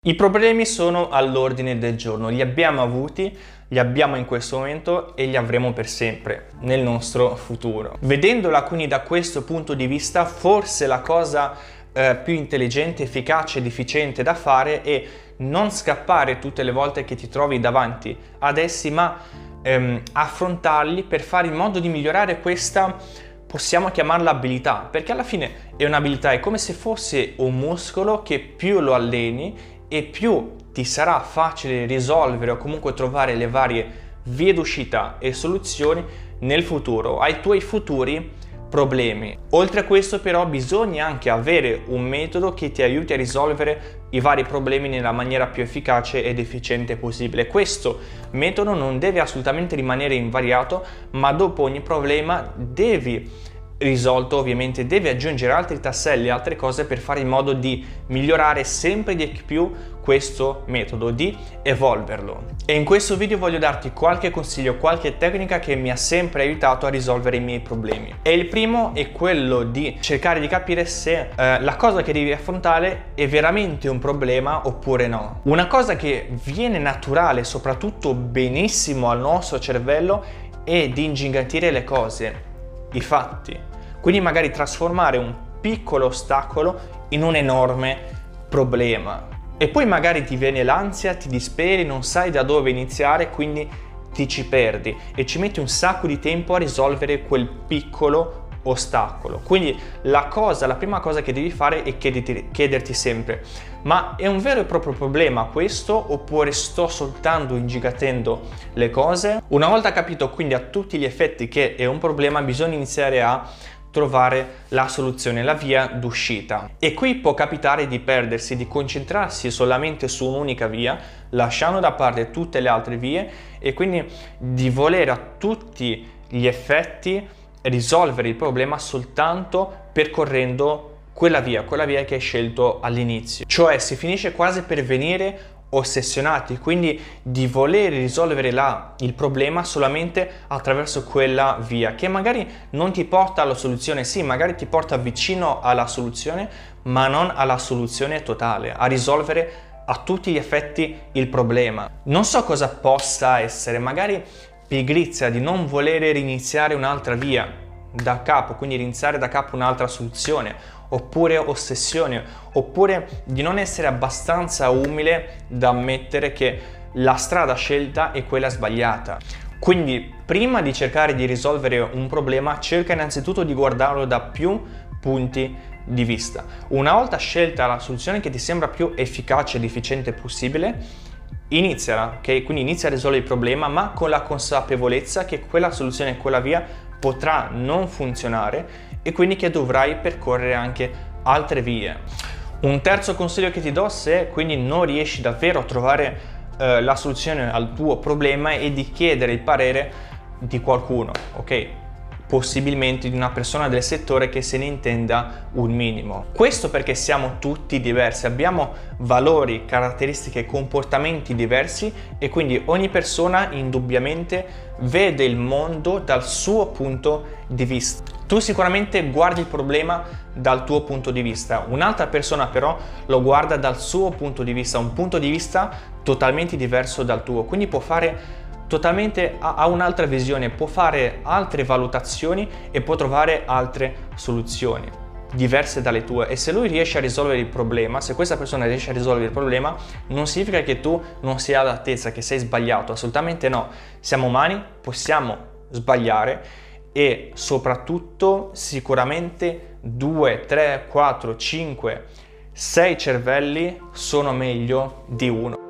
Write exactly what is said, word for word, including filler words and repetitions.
I problemi sono all'ordine del giorno, li abbiamo avuti, li abbiamo in questo momento e li avremo per sempre nel nostro futuro. Vedendola quindi da questo punto di vista, forse la cosa eh, più intelligente, efficace ed efficiente da fare è non scappare tutte le volte che ti trovi davanti ad essi, ma ehm, affrontarli per fare in modo di migliorare questa, possiamo chiamarla abilità, perché alla fine è un'abilità, è come se fosse un muscolo che più lo alleni e più ti sarà facile risolvere o comunque trovare le varie vie d'uscita e soluzioni nel futuro, ai tuoi futuri problemi. Oltre a questo però bisogna anche avere un metodo che ti aiuti a risolvere i vari problemi nella maniera più efficace ed efficiente possibile. Questo metodo non deve assolutamente rimanere invariato, ma dopo ogni problema devi risolto ovviamente devi aggiungere altri tasselli, altre cose per fare in modo di migliorare sempre di più questo metodo, di evolverlo. E in questo video voglio darti qualche consiglio, qualche tecnica che mi ha sempre aiutato a risolvere i miei problemi. E il primo è quello di cercare di capire se eh, la cosa che devi affrontare è veramente un problema oppure no. Una cosa che viene naturale, soprattutto benissimo al nostro cervello, è di ingigantire le cose, i fatti. Quindi magari trasformare un piccolo ostacolo in un enorme problema. E poi magari ti viene l'ansia, ti disperi, non sai da dove iniziare, quindi ti ci perdi e ci metti un sacco di tempo a risolvere quel piccolo ostacolo. Quindi la cosa, la prima cosa che devi fare è chiederti, chiederti sempre: ma è un vero e proprio problema questo oppure sto soltanto ingigantendo le cose? Una volta capito quindi a tutti gli effetti che è un problema, bisogna iniziare a trovare la soluzione, la via d'uscita. E qui può capitare di perdersi, di concentrarsi solamente su un'unica via, lasciando da parte tutte le altre vie e quindi di volere a tutti gli effetti risolvere il problema soltanto percorrendo quella via, quella via che hai scelto all'inizio. Cioè si finisce quasi per venire ossessionati, quindi di voler risolvere la, il problema solamente attraverso quella via che magari non ti porta alla soluzione, sì, magari ti porta vicino alla soluzione, ma non alla soluzione totale, a risolvere a tutti gli effetti il problema. Non so cosa possa essere, magari pigrizia di non volere riniziare un'altra via da capo, quindi iniziare da capo un'altra soluzione, oppure ossessione, oppure di non essere abbastanza umile da ammettere che la strada scelta è quella sbagliata. Quindi prima di cercare di risolvere un problema, cerca innanzitutto di guardarlo da più punti di vista. Una volta scelta la soluzione che ti sembra più efficace ed efficiente possibile, iniziala, ok? Quindi inizia a risolvere il problema, ma con la consapevolezza che quella soluzione, quella via potrà non funzionare e quindi che dovrai percorrere anche altre vie. Un terzo consiglio che ti do, se quindi non riesci davvero a trovare eh, la soluzione al tuo problema, è di chiedere il parere di qualcuno, ok? Possibilmente di una persona del settore che se ne intenda un minimo. Questo perché siamo tutti diversi, abbiamo valori, caratteristiche, comportamenti diversi e quindi ogni persona indubbiamente vede il mondo dal suo punto di vista. Tu sicuramente guardi il problema dal tuo punto di vista, un'altra persona però lo guarda dal suo punto di vista, un punto di vista totalmente diverso dal tuo, quindi può fare totalmente ha un'altra visione, può fare altre valutazioni e può trovare altre soluzioni diverse dalle tue. E se lui riesce a risolvere il problema, se questa persona riesce a risolvere il problema, non significa che tu non sia all'altezza, che sei sbagliato, assolutamente no. Siamo umani, possiamo sbagliare e soprattutto sicuramente due, tre, quattro, cinque, sei cervelli sono meglio di uno.